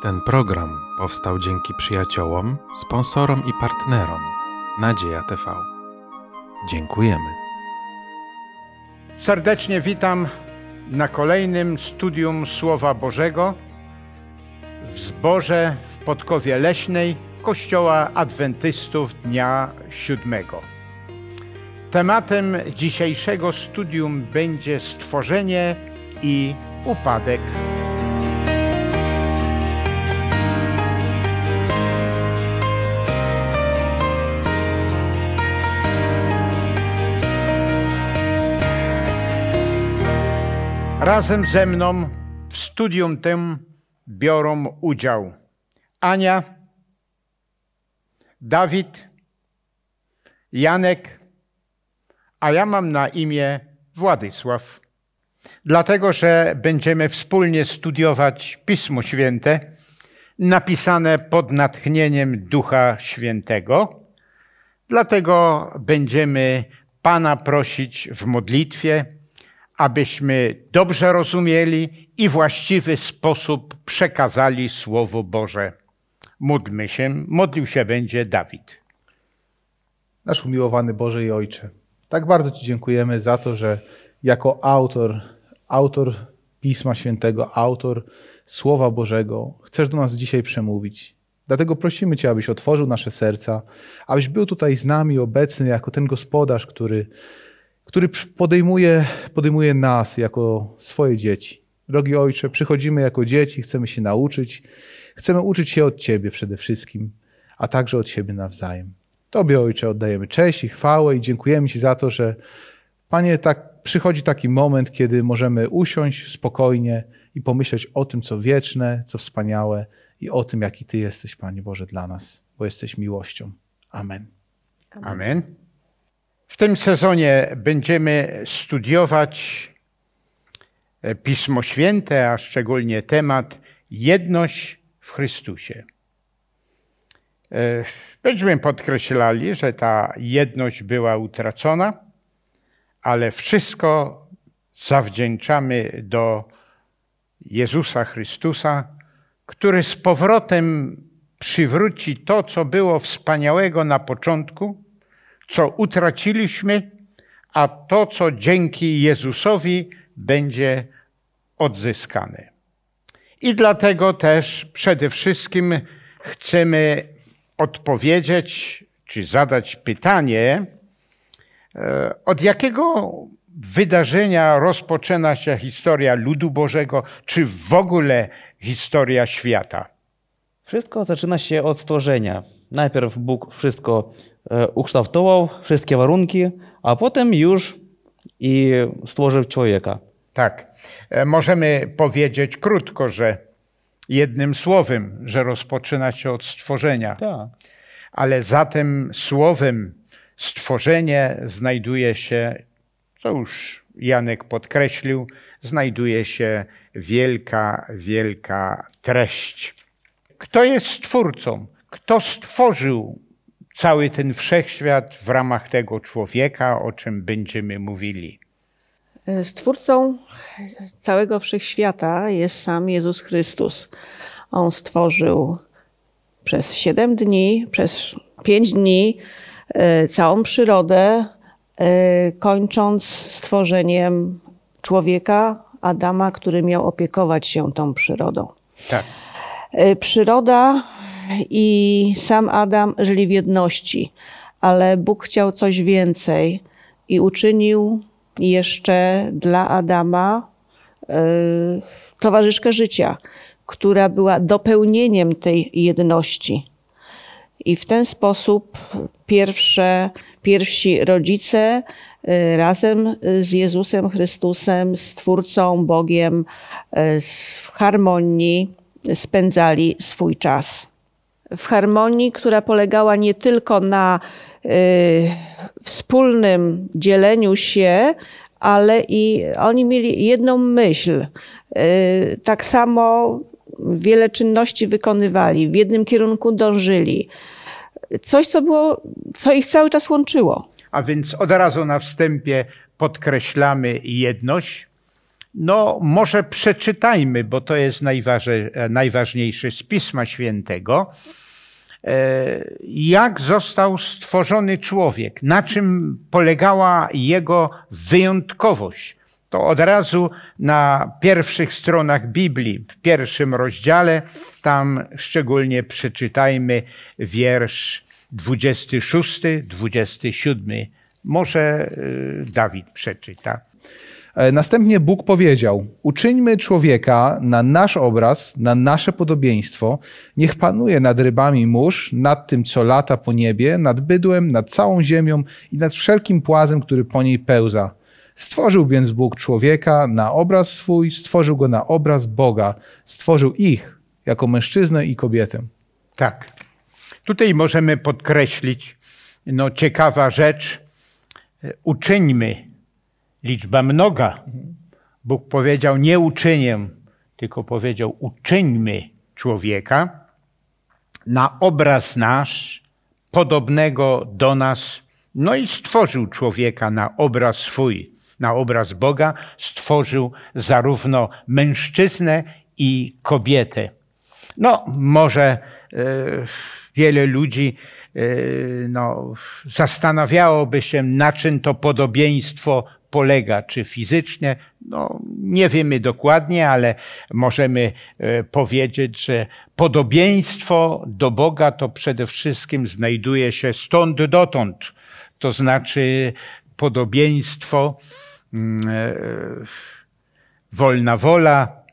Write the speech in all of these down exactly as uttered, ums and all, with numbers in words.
Ten program powstał dzięki przyjaciołom, sponsorom i partnerom Nadzieja T V. Dziękujemy. Serdecznie witam na kolejnym studium Słowa Bożego w zborze w Podkowie Leśnej Kościoła Adwentystów Dnia Siódmego. Tematem dzisiejszego studium będzie stworzenie i upadek. Razem ze mną w studium tym biorą udział Ania, Dawid, Janek, a ja mam na imię Władysław. Dlatego, że będziemy wspólnie studiować Pismo Święte, napisane pod natchnieniem Ducha Świętego. Dlatego będziemy Pana prosić w modlitwie, abyśmy dobrze rozumieli i w właściwy sposób przekazali Słowo Boże. Módlmy się, modlił się będzie Dawid. Nasz umiłowany Boże i Ojcze, tak bardzo Ci dziękujemy za to, że jako autor, autor Pisma Świętego, autor Słowa Bożego, chcesz do nas dzisiaj przemówić. Dlatego prosimy Cię, abyś otworzył nasze serca, abyś był tutaj z nami obecny jako ten gospodarz, który który podejmuje, podejmuje nas jako swoje dzieci. Drogi Ojcze, przychodzimy jako dzieci, chcemy się nauczyć, chcemy uczyć się od Ciebie przede wszystkim, a także od siebie nawzajem. Tobie, Ojcze, oddajemy cześć i chwałę i dziękujemy Ci za to, że, Panie, tak przychodzi taki moment, kiedy możemy usiąść spokojnie i pomyśleć o tym, co wieczne, co wspaniałe i o tym, jaki Ty jesteś, Panie Boże, dla nas, bo jesteś miłością. Amen. Amen. Amen. W tym sezonie będziemy studiować Pismo Święte, a szczególnie temat jedność w Chrystusie. Będziemy podkreślali, że ta jedność była utracona, ale wszystko zawdzięczamy do Jezusa Chrystusa, który z powrotem przywróci to, co było wspaniałego na początku, co utraciliśmy, a to, co dzięki Jezusowi będzie odzyskane. I dlatego też przede wszystkim chcemy odpowiedzieć, czy zadać pytanie, od jakiego wydarzenia rozpoczyna się historia ludu Bożego, czy w ogóle historia świata? Wszystko zaczyna się od stworzenia. Najpierw Bóg wszystko ukształtował, wszystkie warunki, a potem już i stworzył człowieka. Tak. Możemy powiedzieć krótko, że jednym słowem, że rozpoczyna się od stworzenia. Tak. Ale za tym słowem stworzenie znajduje się, co już Janek podkreślił, znajduje się wielka, wielka treść. Kto jest Stwórcą? Kto stworzył cały ten wszechświat w ramach tego człowieka, o czym będziemy mówili? Stwórcą całego wszechświata jest sam Jezus Chrystus. On stworzył przez siedem dni, przez pięć dni całą przyrodę, kończąc stworzeniem człowieka, Adama, który miał opiekować się tą przyrodą. Tak. Przyroda i sam Adam żyli w jedności, ale Bóg chciał coś więcej i uczynił jeszcze dla Adama y, towarzyszkę życia, która była dopełnieniem tej jedności. I w ten sposób pierwsze, pierwsi rodzice y, razem z Jezusem Chrystusem, Stwórcą, Bogiem y, w harmonii spędzali swój czas. W harmonii, która polegała nie tylko na y, wspólnym dzieleniu się, ale i oni mieli jedną myśl. Y, tak samo wiele czynności wykonywali, w jednym kierunku dążyli. Coś, co było, co ich cały czas łączyło. A więc od razu na wstępie podkreślamy jedność, No, może przeczytajmy, bo to jest najważe, najważniejsze z Pisma Świętego. Jak został stworzony człowiek, na czym polegała jego wyjątkowość. To od razu na pierwszych stronach Biblii, w pierwszym rozdziale, tam szczególnie przeczytajmy wiersz dwudziesty szósty, dwudziesty siódmy. Może Dawid przeczyta. Następnie Bóg powiedział: uczyńmy człowieka na nasz obraz, na nasze podobieństwo, niech panuje nad rybami mórz, nad tym, co lata po niebie, nad bydłem, nad całą ziemią i nad wszelkim płazem, który po niej pełza. Stworzył więc Bóg człowieka na obraz swój, stworzył go na obraz Boga, stworzył ich jako mężczyznę i kobietę. Tak. Tutaj możemy podkreślić, no ciekawa rzecz, uczyńmy. Liczba mnoga. Bóg powiedział, nie uczynię, tylko powiedział, uczyńmy człowieka na obraz nasz, podobnego do nas. No i stworzył człowieka na obraz swój, na obraz Boga. Stworzył zarówno mężczyznę i kobietę. No, może e, wiele ludzi e, no, zastanawiałoby się, na czym to podobieństwo polega, czy fizycznie, no nie wiemy dokładnie, ale możemy e, powiedzieć, że podobieństwo do Boga to przede wszystkim znajduje się stąd dotąd. To znaczy podobieństwo, e, wolna wola,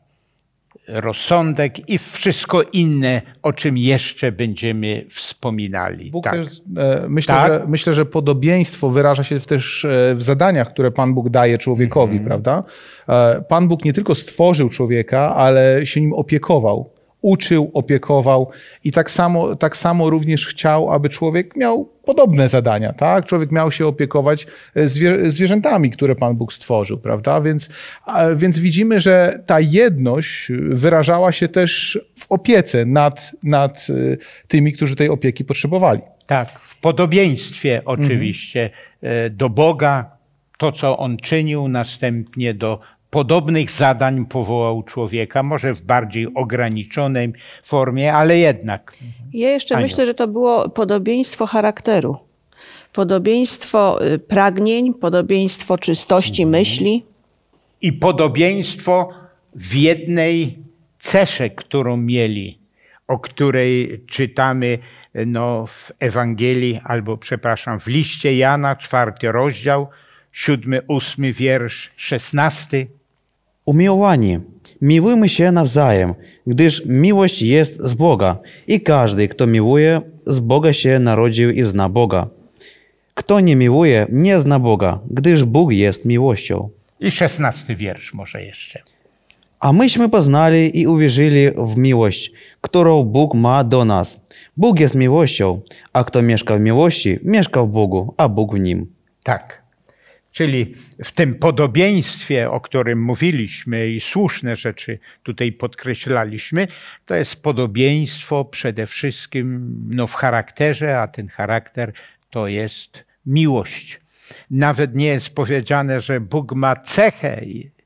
rozsądek i wszystko inne, o czym jeszcze będziemy wspominali. Bóg tak. też, e, myślę, tak? że, myślę, że podobieństwo wyraża się też e, w zadaniach, które Pan Bóg daje człowiekowi, mm. prawda? E, Pan Bóg nie tylko stworzył człowieka, ale się nim opiekował. Uczył, opiekował i tak samo, tak samo również chciał, aby człowiek miał podobne zadania, tak? Człowiek miał się opiekować zwier- zwierzętami, które Pan Bóg stworzył, prawda? Więc, a, więc widzimy, że ta jedność wyrażała się też w opiece nad, nad tymi, którzy tej opieki potrzebowali. Tak, w podobieństwie oczywiście mhm. do Boga, to co On czynił, następnie do podobnych zadań powołał człowieka, może w bardziej ograniczonej formie, ale jednak. Ja jeszcze Aniu. myślę, że to było podobieństwo charakteru. Podobieństwo pragnień, podobieństwo czystości mhm. myśli. I podobieństwo w jednej cesze, którą mieli, o której czytamy no, w Ewangelii, albo przepraszam, w liście Jana, czwarty rozdział, siódmy, ósmy wiersz, szesnasty. Umiłowani, miłujmy się nawzajem, gdyż miłość jest z Boga i każdy, kto miłuje, z Boga się narodził i zna Boga. Kto nie miłuje, nie zna Boga, gdyż Bóg jest miłością. I szesnasty wiersz może jeszcze. A myśmy poznali i uwierzyli w miłość, którą Bóg ma do nas. Bóg jest miłością, a kto mieszka w miłości, mieszka w Bogu, a Bóg w nim. Tak. Czyli w tym podobieństwie, o którym mówiliśmy i słuszne rzeczy tutaj podkreślaliśmy, to jest podobieństwo przede wszystkim no, w charakterze, a ten charakter to jest miłość. Nawet nie jest powiedziane, że Bóg ma cechę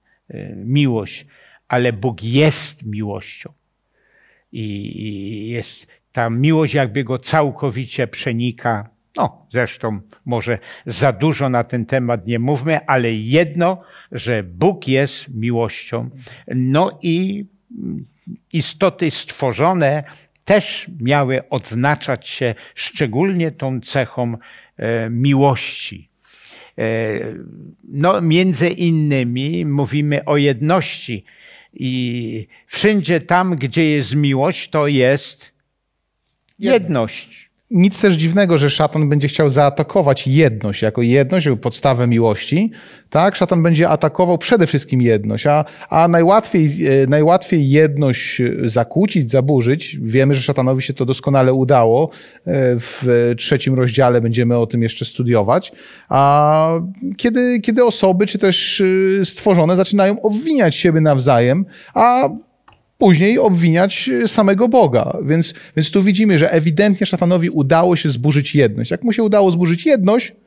miłość, ale Bóg jest miłością. I jest ta miłość jakby go całkowicie przenika. No, zresztą może za dużo na ten temat nie mówmy, ale jedno, że Bóg jest miłością. No i istoty stworzone też miały odznaczać się szczególnie tą cechą e, miłości. E, no, między innymi mówimy o jedności i wszędzie tam, gdzie jest miłość, to jest jedność. Nic też dziwnego, że szatan będzie chciał zaatakować jedność, jako jedność, jako podstawę miłości. Tak? Szatan będzie atakował przede wszystkim jedność, a, a najłatwiej, najłatwiej jedność zakłócić, zaburzyć. Wiemy, że szatanowi się to doskonale udało. W trzecim rozdziale będziemy o tym jeszcze studiować. A kiedy, kiedy osoby, czy też stworzone zaczynają obwiniać siebie nawzajem, a później obwiniać samego Boga. Więc, więc tu widzimy, że ewidentnie szatanowi udało się zburzyć jedność. Jak mu się udało zburzyć jedność,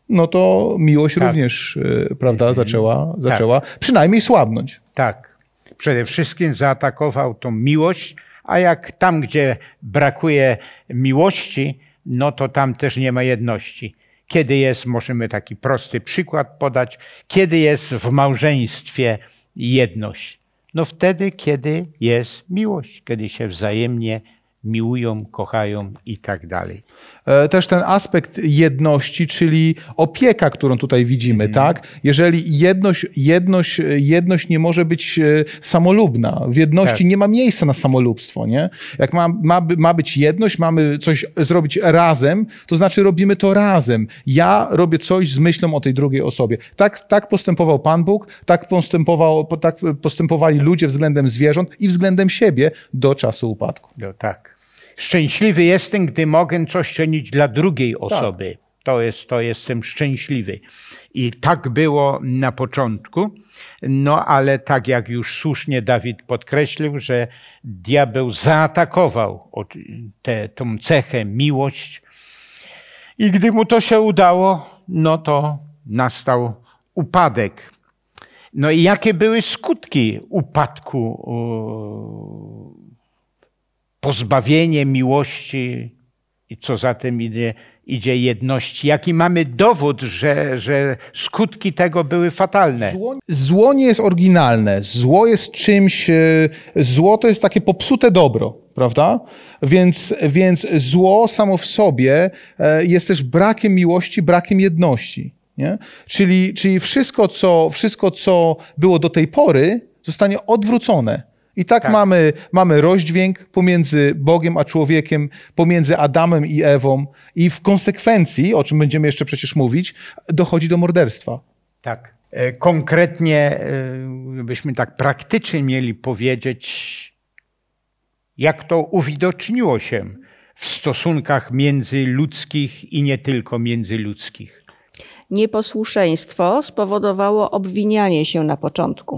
no to miłość Tak. również, e, prawda, zaczęła, zaczęła przynajmniej słabnąć. Tak. Przede wszystkim zaatakował tą miłość, a jak tam, gdzie brakuje miłości, no to tam też nie ma jedności. Kiedy jest, możemy taki prosty przykład podać, kiedy jest w małżeństwie jedność? No wtedy, kiedy jest miłość, kiedy się wzajemnie miłują, kochają i tak dalej. E, Też ten aspekt jedności, czyli opieka, którą tutaj widzimy, Mhm. tak? Jeżeli jedność, jedność, jedność nie może być e, samolubna, w jedności Tak. nie ma miejsca na samolubstwo, nie? Jak ma, ma, by- ma być jedność, mamy coś zrobić razem, to znaczy robimy to razem. Ja robię coś z myślą o tej drugiej osobie. Tak, tak postępował Pan Bóg, tak, postępował, tak postępowali ludzie względem zwierząt i względem siebie do czasu upadku. No tak. Szczęśliwy jestem, gdy mogę coś czynić dla drugiej osoby. To jest, to jestem szczęśliwy. I tak było na początku. No ale tak jak już słusznie Dawid podkreślił, że diabeł zaatakował od- tę tą cechę, miłość. I gdy mu to się udało, no to nastał upadek. No i jakie były skutki upadku? o, Pozbawienie miłości i co za tym idzie, idzie jedności. Jaki mamy dowód, że, że skutki tego były fatalne? Zło, zło nie jest oryginalne. Zło jest czymś, e, zło to jest takie popsute dobro, prawda? Więc, więc zło samo w sobie e, jest też brakiem miłości, brakiem jedności. Nie? Czyli, czyli wszystko, co, wszystko, co było do tej pory, zostanie odwrócone. I tak, Tak. Mamy, mamy rozdźwięk pomiędzy Bogiem a człowiekiem, pomiędzy Adamem i Ewą i w konsekwencji, o czym będziemy jeszcze przecież mówić, dochodzi do morderstwa. Tak. E, Konkretnie, e, byśmy tak praktycznie mieli powiedzieć, jak to uwidoczniło się w stosunkach międzyludzkich i nie tylko międzyludzkich. Nieposłuszeństwo spowodowało obwinianie się na początku.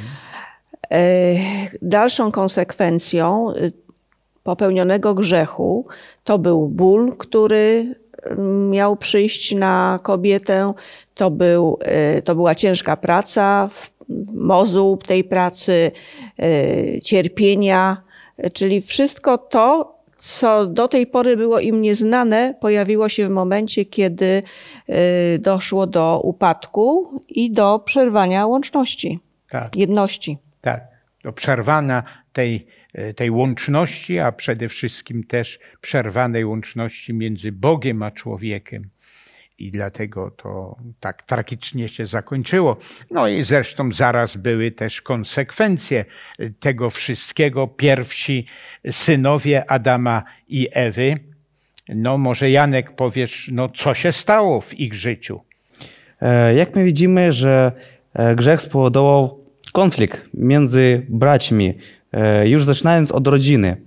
E, Dalszą konsekwencją y, popełnionego grzechu to był ból, który mm, miał przyjść na kobietę. To, był, y, to była ciężka praca, w- w mozuł tej pracy, y, cierpienia, y, czyli wszystko to, co do tej pory było im nieznane, pojawiło się w momencie, kiedy y, doszło do upadku i do przerwania łączności, Tak. jedności. Tak, do przerwania tej, tej łączności, a przede wszystkim też przerwanej łączności między Bogiem a człowiekiem. I dlatego to tak tragicznie się zakończyło. No i zresztą zaraz były też konsekwencje tego wszystkiego. Pierwsi synowie Adama i Ewy. No może Janek powiesz, no co się stało w ich życiu? E, Jak my widzimy, że e, grzech spowodował konflikt między braćmi, e, już zaczynając od rodziny.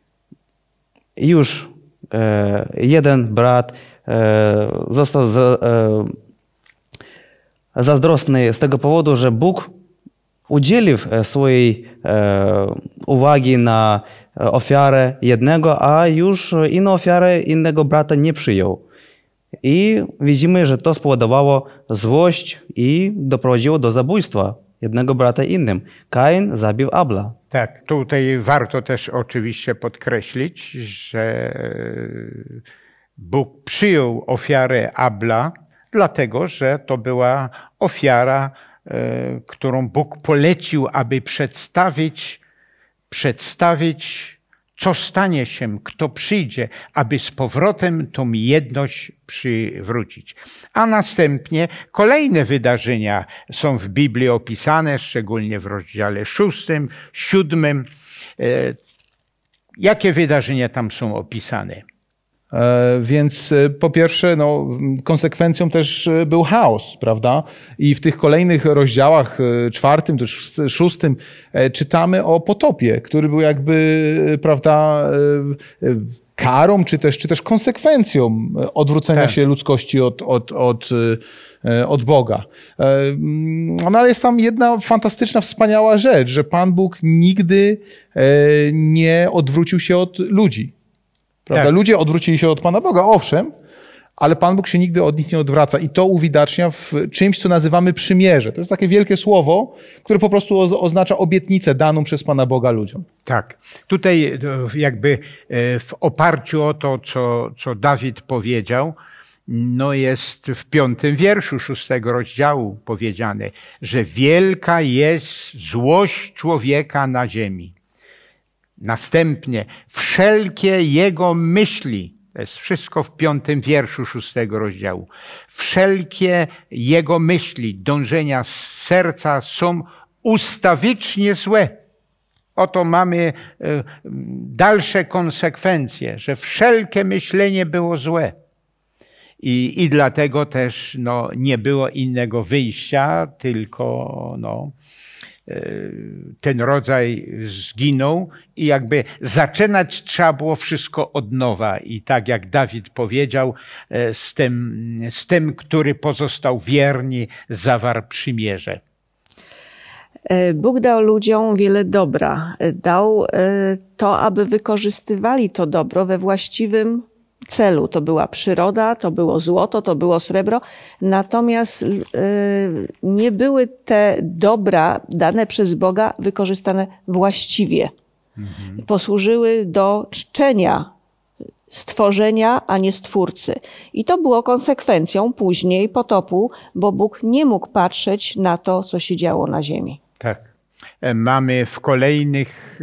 Już e, jeden brat e, został za, e, zazdrosny z tego powodu, że Bóg udzielił e, swojej e, uwagi na ofiarę jednego, a już inną ofiarę innego brata nie przyjął. I widzimy, że to spowodowało złość i doprowadziło do zabójstwa jednego brata innym. Kain zabił Abla. Tak, tutaj warto też oczywiście podkreślić, że Bóg przyjął ofiarę Abla, dlatego że to była ofiara, e, którą Bóg polecił, aby przedstawić, przedstawić, co stanie się, kto przyjdzie, aby z powrotem tą jedność przywrócić. A następnie kolejne wydarzenia są w Biblii opisane, szczególnie w rozdziale szóstym, siódmym. E, Jakie wydarzenia tam są opisane? E, Więc e, po pierwsze, no, konsekwencją też e, był chaos, prawda? I w tych kolejnych rozdziałach, e, czwartym, też szó- szóstym, e, czytamy o potopie, który był jakby, e, prawda, e, e, karą, czy też, czy też konsekwencją e, odwrócenia Tak. się ludzkości od, od, od, e, od Boga. E, mm, No ale jest tam jedna fantastyczna, wspaniała rzecz, że Pan Bóg nigdy e, nie odwrócił się od ludzi. Prawda? Tak. Ludzie odwrócili się od Pana Boga, owszem, ale Pan Bóg się nigdy od nich nie odwraca i to uwidacznia w czymś, co nazywamy przymierze. To jest takie wielkie słowo, które po prostu oznacza obietnicę daną przez Pana Boga ludziom. Tak. Tutaj jakby w oparciu o to, co, co Dawid powiedział, no jest w piątym wierszu szóstego rozdziału powiedziane, że wielka jest złość człowieka na ziemi. Następnie wszelkie jego myśli, to jest wszystko w piątym wierszu szóstego rozdziału, wszelkie jego myśli, dążenia z serca są ustawicznie złe. Oto mamy dalsze konsekwencje, że wszelkie myślenie było złe. I, i dlatego też no, nie było innego wyjścia, tylko no, ten rodzaj zginął i jakby zaczynać trzeba było wszystko od nowa. I tak jak Dawid powiedział, z tym, z tym, który pozostał wierny, zawarł przymierze. Bóg dał ludziom wiele dobra. Dał to, aby wykorzystywali to dobro we właściwym celu. To była przyroda, to było złoto, to było srebro. Natomiast nie były te dobra dane przez Boga wykorzystane właściwie. Mhm. Posłużyły do czczenia stworzenia, a nie stwórcy. I to było konsekwencją później potopu, bo Bóg nie mógł patrzeć na to, co się działo na ziemi. Tak. Mamy w kolejnych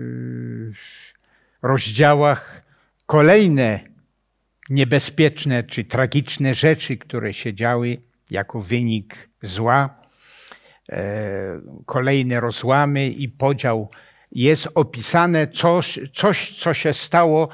rozdziałach kolejne niebezpieczne czy tragiczne rzeczy, które się działy jako wynik zła. Kolejne rozłamy i podział. Jest opisane coś, coś co się stało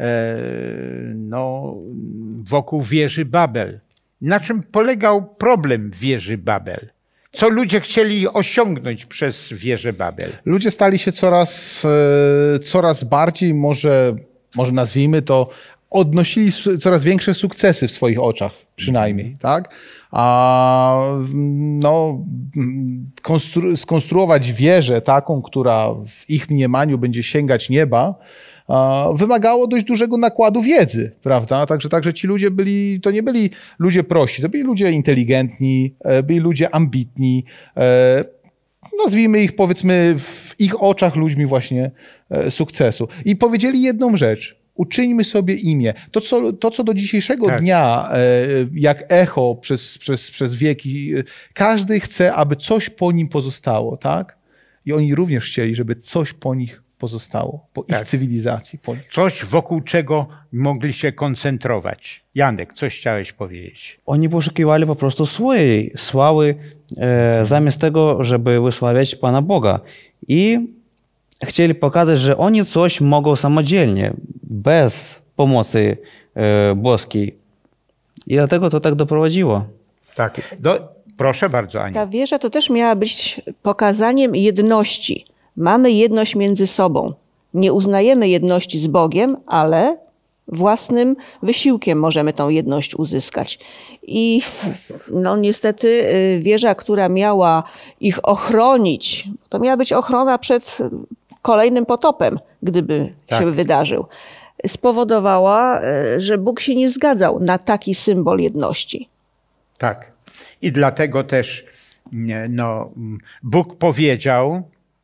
no, wokół wieży Babel. Na czym polegał problem wieży Babel? Co ludzie chcieli osiągnąć przez wieżę Babel? Ludzie stali się coraz, coraz bardziej, może, może nazwijmy to, odnosili coraz większe sukcesy w swoich oczach, przynajmniej, mm. tak? A no, konstru- skonstruować wieżę taką, która w ich mniemaniu będzie sięgać nieba, wymagało dość dużego nakładu wiedzy, prawda? Także, także ci ludzie byli, to nie byli ludzie prości, to byli ludzie inteligentni, byli ludzie ambitni, nazwijmy ich, powiedzmy, w ich oczach ludźmi właśnie sukcesu. I powiedzieli jedną rzecz: uczyńmy sobie imię. To, co, to, co do dzisiejszego tak. dnia, jak echo przez, przez, przez wieki, każdy chce, aby coś po nim pozostało, tak? I oni również chcieli, żeby coś po nich pozostało, po tak. ich cywilizacji. Po nich. Coś, wokół czego mogli się koncentrować. Janek, coś chciałeś powiedzieć? Oni poszukiwali po prostu swojej sławy, e, zamiast tego, żeby wysławiać Pana Boga. I chcieli pokazać, że oni coś mogą samodzielnie, bez pomocy e, boskiej. I dlatego to tak doprowadziło. Tak. Do, proszę bardzo, Aniu. Ta wieża to też miała być pokazaniem jedności. Mamy jedność między sobą. Nie uznajemy jedności z Bogiem, ale własnym wysiłkiem możemy tą jedność uzyskać. I no niestety wieża, która miała ich ochronić, to miała być ochrona przed kolejnym potopem, gdyby tak. się wydarzył, spowodowała, że Bóg się nie zgadzał na taki symbol jedności. Tak. I dlatego też no, Bóg powiedział,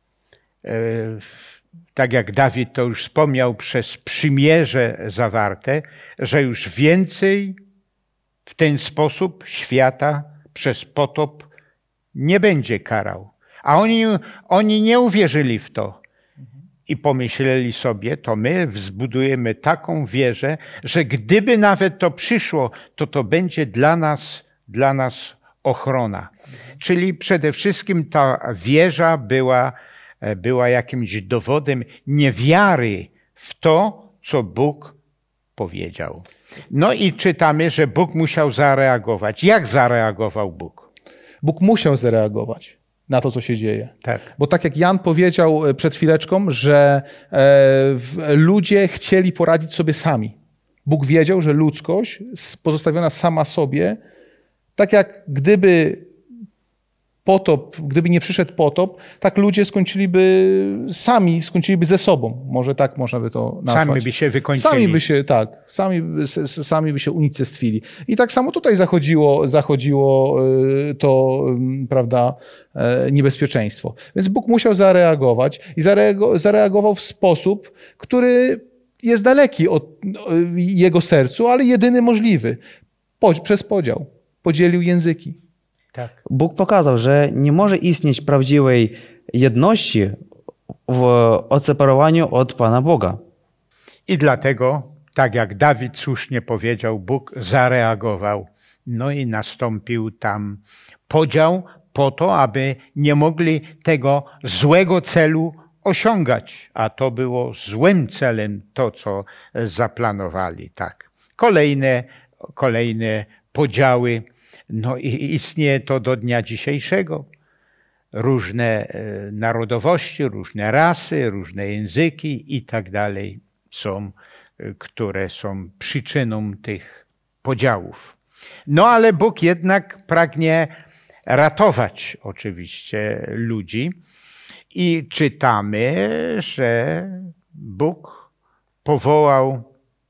tak jak Dawid to już wspomniał, przez przymierze zawarte, że już więcej w ten sposób świata przez potop nie będzie karał. A oni, oni nie uwierzyli w to. I pomyśleli sobie, to my zbudujemy taką wieżę, że gdyby nawet to przyszło, to to będzie dla nas, dla nas ochrona. Czyli przede wszystkim ta wieża była była jakimś dowodem niewiary w to, co Bóg powiedział. No i czytamy, że Bóg musiał zareagować. Jak zareagował Bóg? Bóg musiał zareagować na to, co się dzieje. Tak. Bo tak jak Jan powiedział przed chwileczką, że e, ludzie chcieli poradzić sobie sami. Bóg wiedział, że ludzkość pozostawiona sama sobie, tak jak gdyby potop, gdyby nie przyszedł potop, tak ludzie skończyliby sami, skończyliby ze sobą. Może tak można by to nazwać. Sami by się wykończyli. Sami by się, tak, sami, by- s- s- sami by się unicestwili. I tak samo tutaj zachodziło, zachodziło y, to, y, prawda, y, niebezpieczeństwo. Więc Bóg musiał zareagować i zareago- zareagował w sposób, który jest daleki od y, jego sercu, ale jedyny możliwy. Po, przez podział. Podzielił języki. Tak. Bóg pokazał, że nie może istnieć prawdziwej jedności w odseparowaniu od Pana Boga. I dlatego, tak jak Dawid słusznie powiedział, Bóg zareagował. No i nastąpił tam podział po to, aby nie mogli tego złego celu osiągać. A to było złym celem to, co zaplanowali. Tak. Kolejne, kolejne podziały. No i istnieje to do dnia dzisiejszego. Różne e, narodowości, różne rasy, różne języki i tak dalej są, e, które są przyczyną tych podziałów. No ale Bóg jednak pragnie ratować oczywiście ludzi i czytamy, że Bóg powołał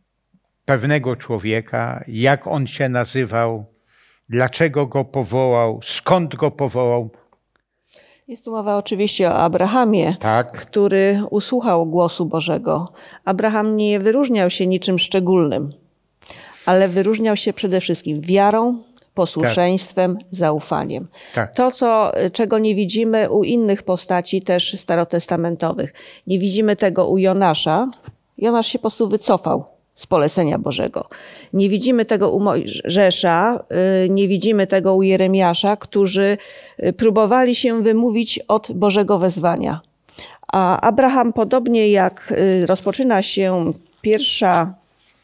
pewnego człowieka, jak on się nazywał, dlaczego go powołał, skąd go powołał. Jest tu mowa oczywiście o Abrahamie, Tak, który usłuchał głosu Bożego. Abraham nie wyróżniał się niczym szczególnym, ale wyróżniał się przede wszystkim wiarą, posłuszeństwem, zaufaniem. tak. To, co, czego nie widzimy u innych postaci też starotestamentowych. Nie widzimy tego u Jonasza. Jonasz się po prostu wycofał z polecenia Bożego. Nie widzimy tego u Mojżesza, y, nie widzimy tego u Jeremiasza, którzy y, próbowali się wymówić od Bożego wezwania. A Abraham, podobnie jak y, rozpoczyna się pierwsza,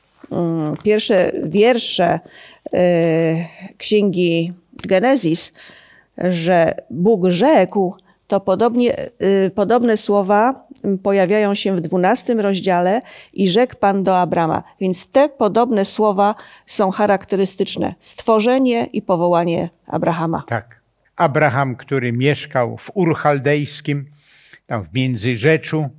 y, pierwsze wiersze y, Księgi Genezis, że Bóg rzekł, to podobnie, y, podobne słowa pojawiają się w dwunastym rozdziale i rzekł Pan do Abrama. Więc te podobne słowa są charakterystyczne. Stworzenie i powołanie Abrahama. Tak. Abraham, który mieszkał w Ur Chaldejskim, tam w Międzyrzeczu.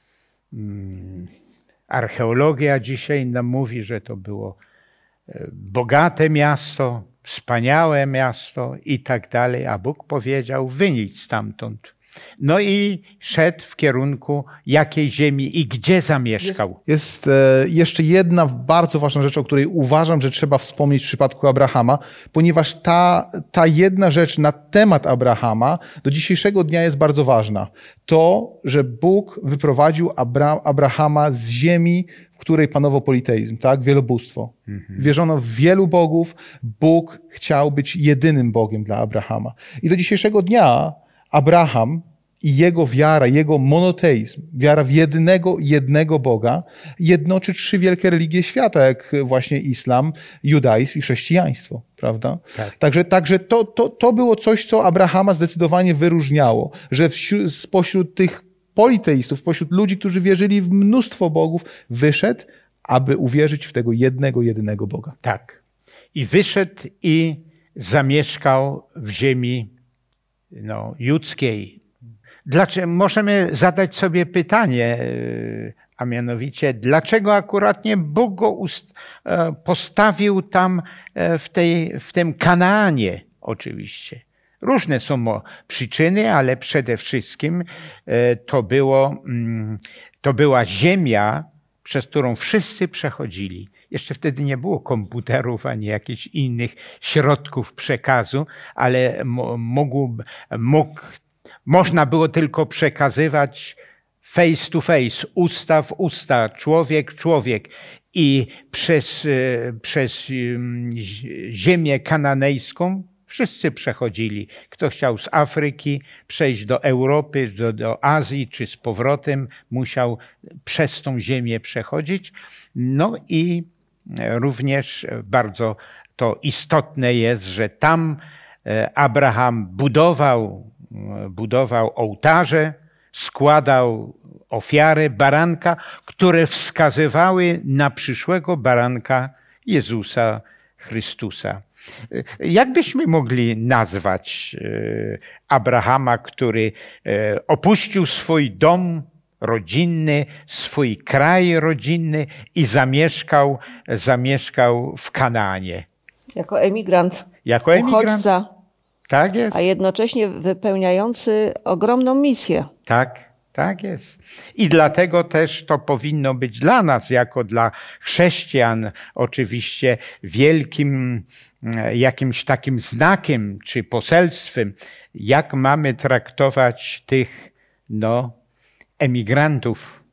Mm, Archeologia dzisiaj nam mówi, że to było e, bogate miasto, wspaniałe miasto i tak dalej, a Bóg powiedział, wyjdź stamtąd. No i szedł w kierunku jakiej ziemi i gdzie zamieszkał. Jest e, jeszcze jedna bardzo ważna rzecz, o której uważam, że trzeba wspomnieć w przypadku Abrahama, ponieważ ta, ta jedna rzecz na temat Abrahama do dzisiejszego dnia jest bardzo ważna. To, że Bóg wyprowadził Abra- Abrahama z ziemi, w której panował politeizm, tak? Wielobóstwo. Mhm. Wierzono w wielu bogów. Bóg chciał być jedynym Bogiem dla Abrahama. I do dzisiejszego dnia Abraham i jego wiara, jego monoteizm, wiara w jednego, jednego Boga, jednoczy trzy wielkie religie świata, jak właśnie islam, judaizm i chrześcijaństwo, prawda? Tak. Także, także to, to, to było coś, co Abrahama zdecydowanie wyróżniało, że wśród, spośród tych politeistów, spośród ludzi, którzy wierzyli w mnóstwo bogów, wyszedł, aby uwierzyć w tego jednego, jedynego Boga. Tak. I wyszedł i zamieszkał w ziemi no, judzkiej. Dlaczego, możemy zadać sobie pytanie, a mianowicie, dlaczego akuratnie Bóg go ust, postawił tam w, tej, w tym Kanaanie oczywiście. Różne są przyczyny, ale przede wszystkim to, było, to była ziemia, przez którą wszyscy przechodzili. Jeszcze wtedy nie było komputerów ani jakichś innych środków przekazu, ale mógł, mógł, można było tylko przekazywać face to face, usta w usta, człowiek, człowiek. I przez, przez ziemię kananejską wszyscy przechodzili. Kto chciał z Afryki przejść do Europy, do, do Azji czy z powrotem, musiał przez tą ziemię przechodzić. No i również bardzo to istotne jest, że tam Abraham budował, budował ołtarze, składał ofiary baranka, które wskazywały na przyszłego baranka Jezusa Chrystusa. Jak byśmy mogli nazwać Abrahama, który opuścił swój dom rodzinny, swój kraj rodzinny i zamieszkał, zamieszkał w Kanaanie? Jako emigrant, Jako emigrant? uchodźca, Tak jest. a jednocześnie wypełniający ogromną misję. Tak, tak jest. I dlatego też to powinno być dla nas, jako dla chrześcijan, oczywiście wielkim jakimś takim znakiem czy poselstwem, jak mamy traktować tych no, emigrantów,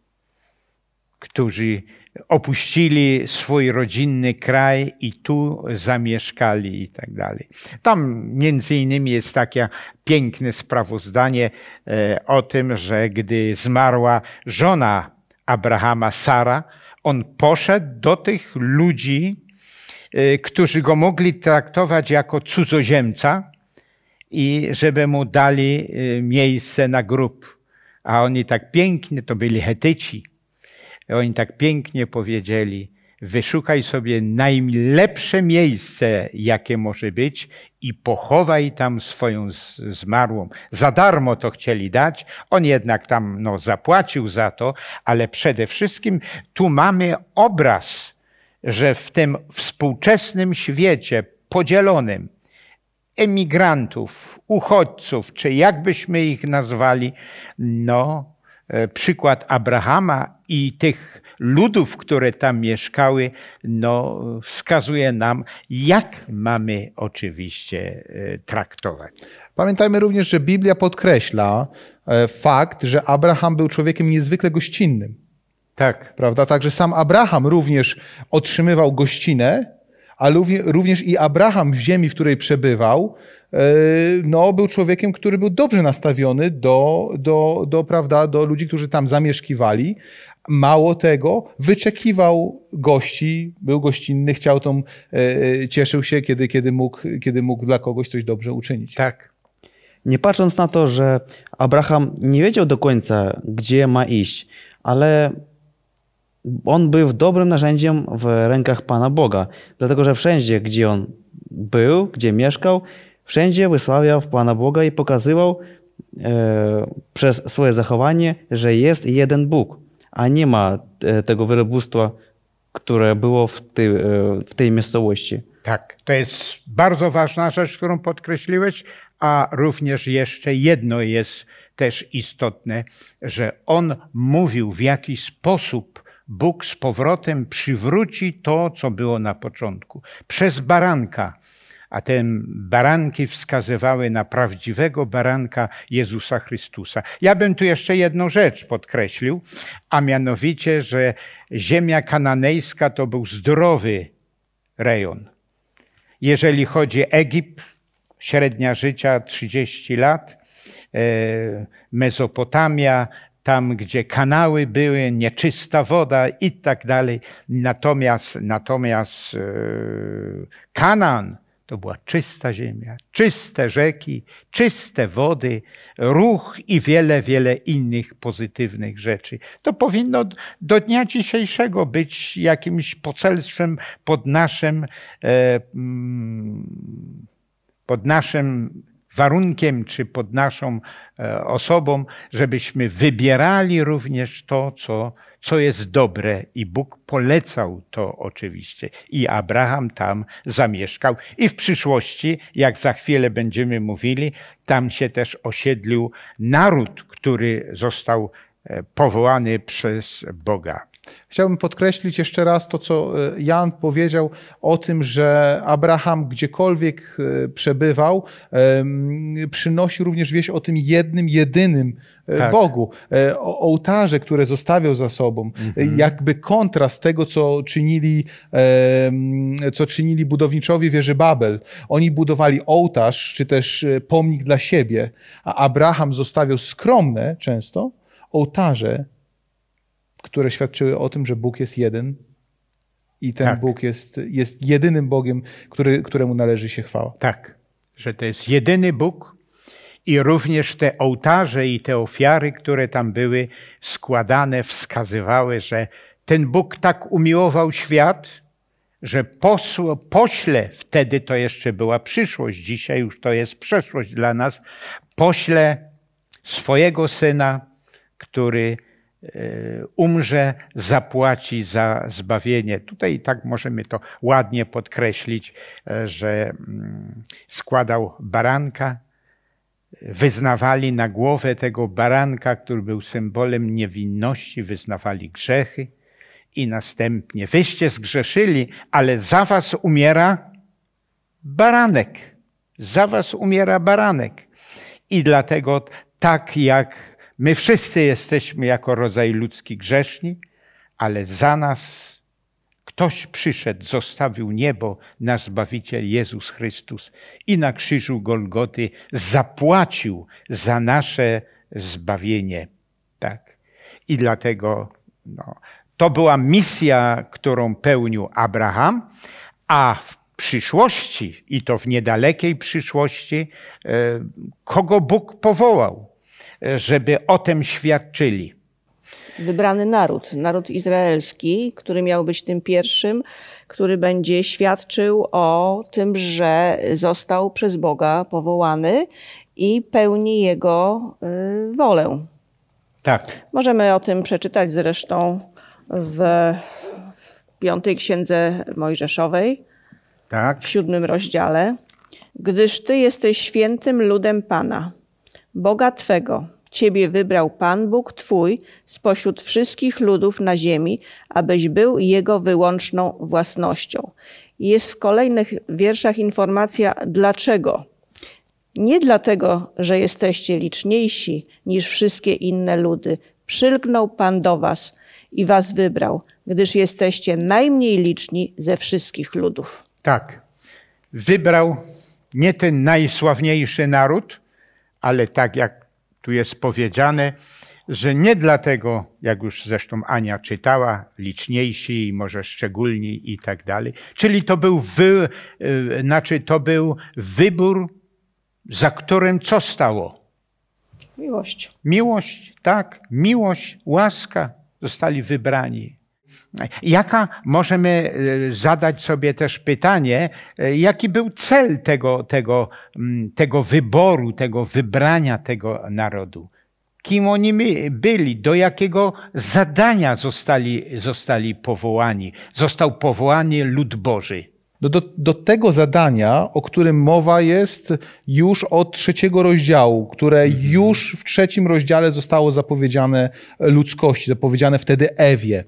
którzy opuścili swój rodzinny kraj i tu zamieszkali i tak dalej. Tam między innymi jest takie piękne sprawozdanie o tym, że gdy zmarła żona Abrahama, Sara, on poszedł do tych ludzi, którzy go mogli traktować jako cudzoziemca i żeby mu dali miejsce na grób. A oni tak pięknie, to byli Hetyci, oni tak pięknie powiedzieli, wyszukaj sobie najlepsze miejsce, jakie może być i pochowaj tam swoją zmarłą. Za darmo to chcieli dać, on jednak tam no, zapłacił za to, ale przede wszystkim tu mamy obraz, że w tym współczesnym świecie podzielonym emigrantów, uchodźców, czy jakbyśmy ich nazwali, no, przykład Abrahama i tych ludów, które tam mieszkały, no, wskazuje nam, jak mamy oczywiście traktować. Pamiętajmy również, że Biblia podkreśla fakt, że Abraham był człowiekiem niezwykle gościnnym. Tak. Prawda? Także sam Abraham również otrzymywał gościnę, a również i Abraham w ziemi, w której przebywał, no, był człowiekiem, który był dobrze nastawiony do, do, do, prawda, do ludzi, którzy tam zamieszkiwali. Mało tego, wyczekiwał gości, był gościnny, chciał tą, cieszył się, kiedy, kiedy, mógł, kiedy mógł dla kogoś coś dobrze uczynić. Tak. Nie patrząc na to, że Abraham nie wiedział do końca, gdzie ma iść, ale on był dobrym narzędziem w rękach Pana Boga, dlatego że wszędzie, gdzie on był, gdzie mieszkał, wszędzie wysławiał Pana Boga i pokazywał e, przez swoje zachowanie, że jest jeden Bóg, a nie ma e, tego wielobóstwa, które było w tej, e, w tej miejscowości. Tak, to jest bardzo ważna rzecz, którą podkreśliłeś, a również jeszcze jedno jest też istotne, że on mówił, w jaki sposób Bóg z powrotem przywróci to, co było na początku. Przez baranka. A te baranki wskazywały na prawdziwego baranka Jezusa Chrystusa. Ja bym tu jeszcze jedną rzecz podkreślił, a mianowicie, że ziemia kananejska to był zdrowy rejon. Jeżeli chodzi o Egipt, średnia życia trzydzieści lat, Mezopotamia, tam gdzie kanały były, nieczysta woda i tak dalej. Natomiast, natomiast Kanaan to była czysta ziemia, czyste rzeki, czyste wody, ruch i wiele, wiele innych pozytywnych rzeczy. To powinno do dnia dzisiejszego być jakimś poselstwem pod naszym, pod naszym warunkiem, czy pod naszą osobą, żebyśmy wybierali również to, co, co jest dobre. I Bóg polecał to oczywiście. I Abraham tam zamieszkał. I w przyszłości, jak za chwilę będziemy mówili, tam się też osiedlił naród, który został powołany przez Boga. Chciałbym podkreślić jeszcze raz to, co Jan powiedział o tym, że Abraham gdziekolwiek przebywał, przynosił również wieść o tym jednym, jedynym tak. Bogu. O ołtarze, które zostawiał za sobą. Mhm. Jakby kontrast tego, co czynili, co czynili budowniczowie wieży Babel. Oni budowali ołtarz, czy też pomnik dla siebie, a Abraham zostawiał skromne często ołtarze, które świadczyły o tym, że Bóg jest jeden i ten tak. Bóg jest, jest jedynym Bogiem, który, któremu należy się chwała. Tak, że to jest jedyny Bóg i również te ołtarze i te ofiary, które tam były składane, wskazywały, że ten Bóg tak umiłował świat, że posł, pośle, wtedy to jeszcze była przyszłość, dzisiaj już to jest przeszłość dla nas, pośle swojego Syna, który umrze, zapłaci za zbawienie. Tutaj tak możemy to ładnie podkreślić, że składał baranka, wyznawali na głowę tego baranka, który był symbolem niewinności, wyznawali grzechy i następnie wyście zgrzeszyli, ale za was umiera baranek. Za was umiera baranek. I dlatego tak jak my wszyscy jesteśmy jako rodzaj ludzki grzeszni, ale za nas ktoś przyszedł, zostawił niebo, nasz Zbawiciel Jezus Chrystus i na krzyżu Golgoty zapłacił za nasze zbawienie. Tak. I dlatego no, to była misja, którą pełnił Abraham, a w przyszłości, i to w niedalekiej przyszłości, kogo Bóg powołał, żeby o tym świadczyli. Wybrany naród, naród izraelski, który miał być tym pierwszym, który będzie świadczył o tym, że został przez Boga powołany i pełni Jego y, wolę. Tak. Możemy o tym przeczytać zresztą w, w piątej księdze Mojżeszowej, Tak. w siódmym rozdziale. Gdyż Ty jesteś świętym ludem Pana, Boga Twego. Ciebie wybrał Pan Bóg Twój spośród wszystkich ludów na ziemi, abyś był Jego wyłączną własnością. Jest w kolejnych wierszach informacja dlaczego. Nie dlatego, że jesteście liczniejsi niż wszystkie inne ludy. Przylgnął Pan do was i was wybrał, gdyż jesteście najmniej liczni ze wszystkich ludów. Tak. Wybrał nie ten najsławniejszy naród, ale tak jak tu jest powiedziane, że nie dlatego, jak już zresztą Ania czytała, liczniejsi i może szczególni i tak dalej. Czyli to był, wy, znaczy to był wybór, za którym co stało? Miłość. Miłość, tak, miłość, łaska, zostali wybrani. Jaka, możemy zadać sobie też pytanie, jaki był cel tego, tego, tego wyboru, tego wybrania tego narodu? Kim oni byli? Do jakiego zadania zostali, zostali powołani? Został powołany lud Boży. Do, do, do tego zadania, o którym mowa jest już od trzeciego rozdziału, które już w trzecim rozdziale zostało zapowiedziane ludzkości, zapowiedziane wtedy Ewie.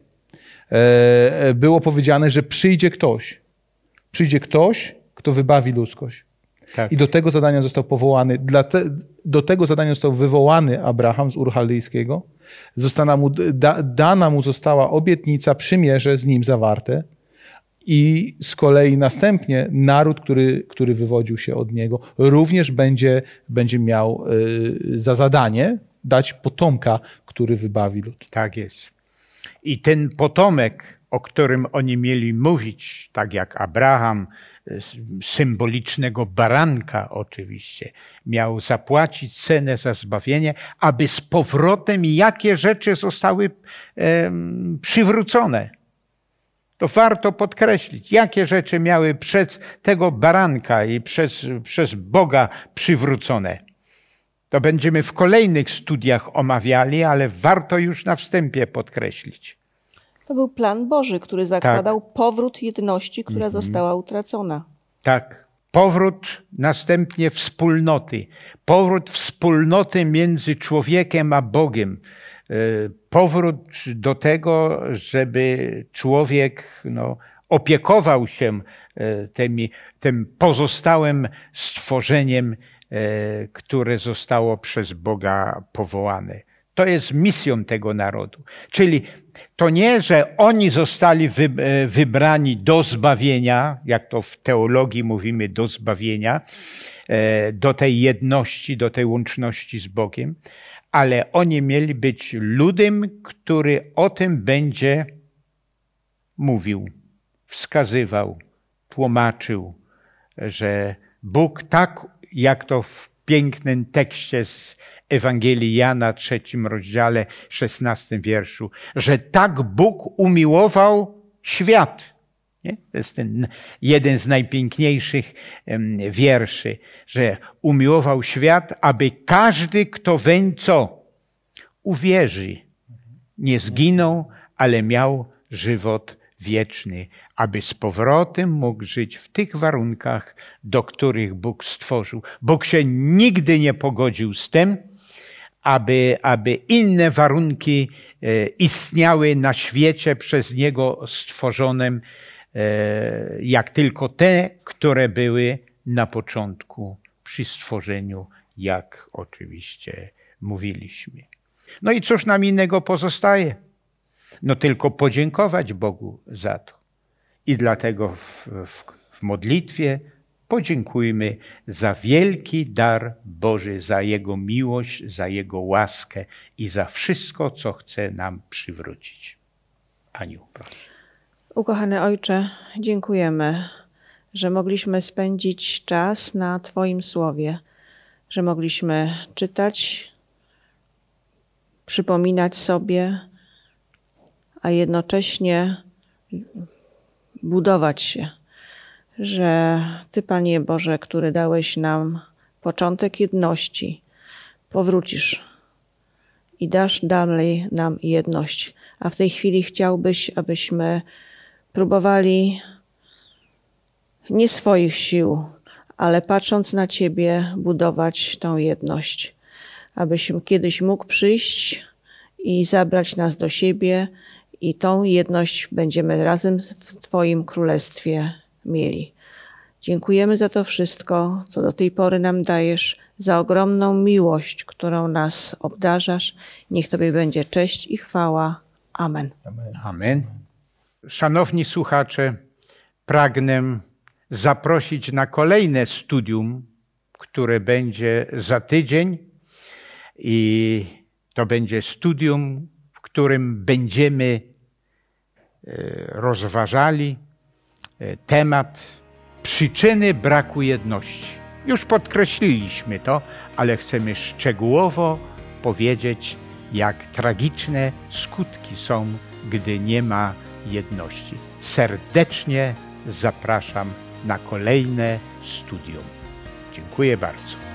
Było powiedziane, że przyjdzie ktoś. Przyjdzie ktoś, kto wybawi ludzkość. Tak. I do tego zadania został powołany, dla te, do tego zadania został wywołany Abraham z Ur Chaldejskiego. Została mu, da, dana mu została obietnica, przymierze z nim zawarte. I z kolei następnie naród, który, który wywodził się od niego, również będzie, będzie miał y, za zadanie dać potomka, który wybawi lud. Tak jest. I ten potomek, o którym oni mieli mówić, tak jak Abraham, symbolicznego baranka oczywiście, miał zapłacić cenę za zbawienie, aby z powrotem jakie rzeczy zostały e, przywrócone. To warto podkreślić, jakie rzeczy miały przez tego baranka i przez, przez Boga przywrócone. To będziemy w kolejnych studiach omawiali, ale warto już na wstępie podkreślić. To był plan Boży, który zakładał tak. powrót jedności, która mhm. została utracona. Tak. Powrót następnie wspólnoty. Powrót wspólnoty między człowiekiem a Bogiem. Powrót do tego, żeby człowiek no, opiekował się tymi, tym pozostałym stworzeniem, które zostało przez Boga powołane. To jest misją tego narodu. Czyli to nie, że oni zostali wybrani do zbawienia, jak to w teologii mówimy, do zbawienia, do tej jedności, do tej łączności z Bogiem, ale oni mieli być ludem, który o tym będzie mówił, wskazywał, tłumaczył, że Bóg tak, jak to w pięknym tekście z Ewangelii Jana, trzecim rozdziale, szesnastym wierszu, że tak Bóg umiłował świat, Nie? To jest ten jeden z najpiękniejszych wierszy, że umiłował świat, aby każdy, kto weń co uwierzy, nie zginął, ale miał żywot wieczny, aby z powrotem mógł żyć w tych warunkach, do których Bóg stworzył. Bóg się nigdy nie pogodził z tym, aby, aby inne warunki e, istniały na świecie przez Niego stworzonym, e, jak tylko te, które były na początku przy stworzeniu, jak oczywiście mówiliśmy. No i cóż nam innego pozostaje? No tylko podziękować Bogu za to. I dlatego w, w, w modlitwie podziękujmy za wielki dar Boży, za Jego miłość, za Jego łaskę i za wszystko, co chce nam przywrócić. Aniu, proszę. Ukochany Ojcze, dziękujemy, że mogliśmy spędzić czas na Twoim Słowie, że mogliśmy czytać, przypominać sobie, a jednocześnie budować się, że Ty, Panie Boże, który dałeś nam początek jedności, powrócisz i dasz dalej nam jedność. A w tej chwili chciałbyś, abyśmy próbowali nie swoich sił, ale patrząc na Ciebie, budować tą jedność. Abyś kiedyś mógł przyjść i zabrać nas do siebie i tą jedność będziemy razem w Twoim Królestwie mieli. Dziękujemy za to wszystko, co do tej pory nam dajesz, za ogromną miłość, którą nas obdarzasz. Niech Tobie będzie cześć i chwała. Amen. Amen. Amen. Szanowni słuchacze, pragnę zaprosić na kolejne studium, które będzie za tydzień i to będzie studium, w którym będziemy rozważali temat przyczyny braku jedności. Już podkreśliliśmy to, ale chcemy szczegółowo powiedzieć, jak tragiczne skutki są, gdy nie ma jedności. Serdecznie zapraszam na kolejne studium. Dziękuję bardzo.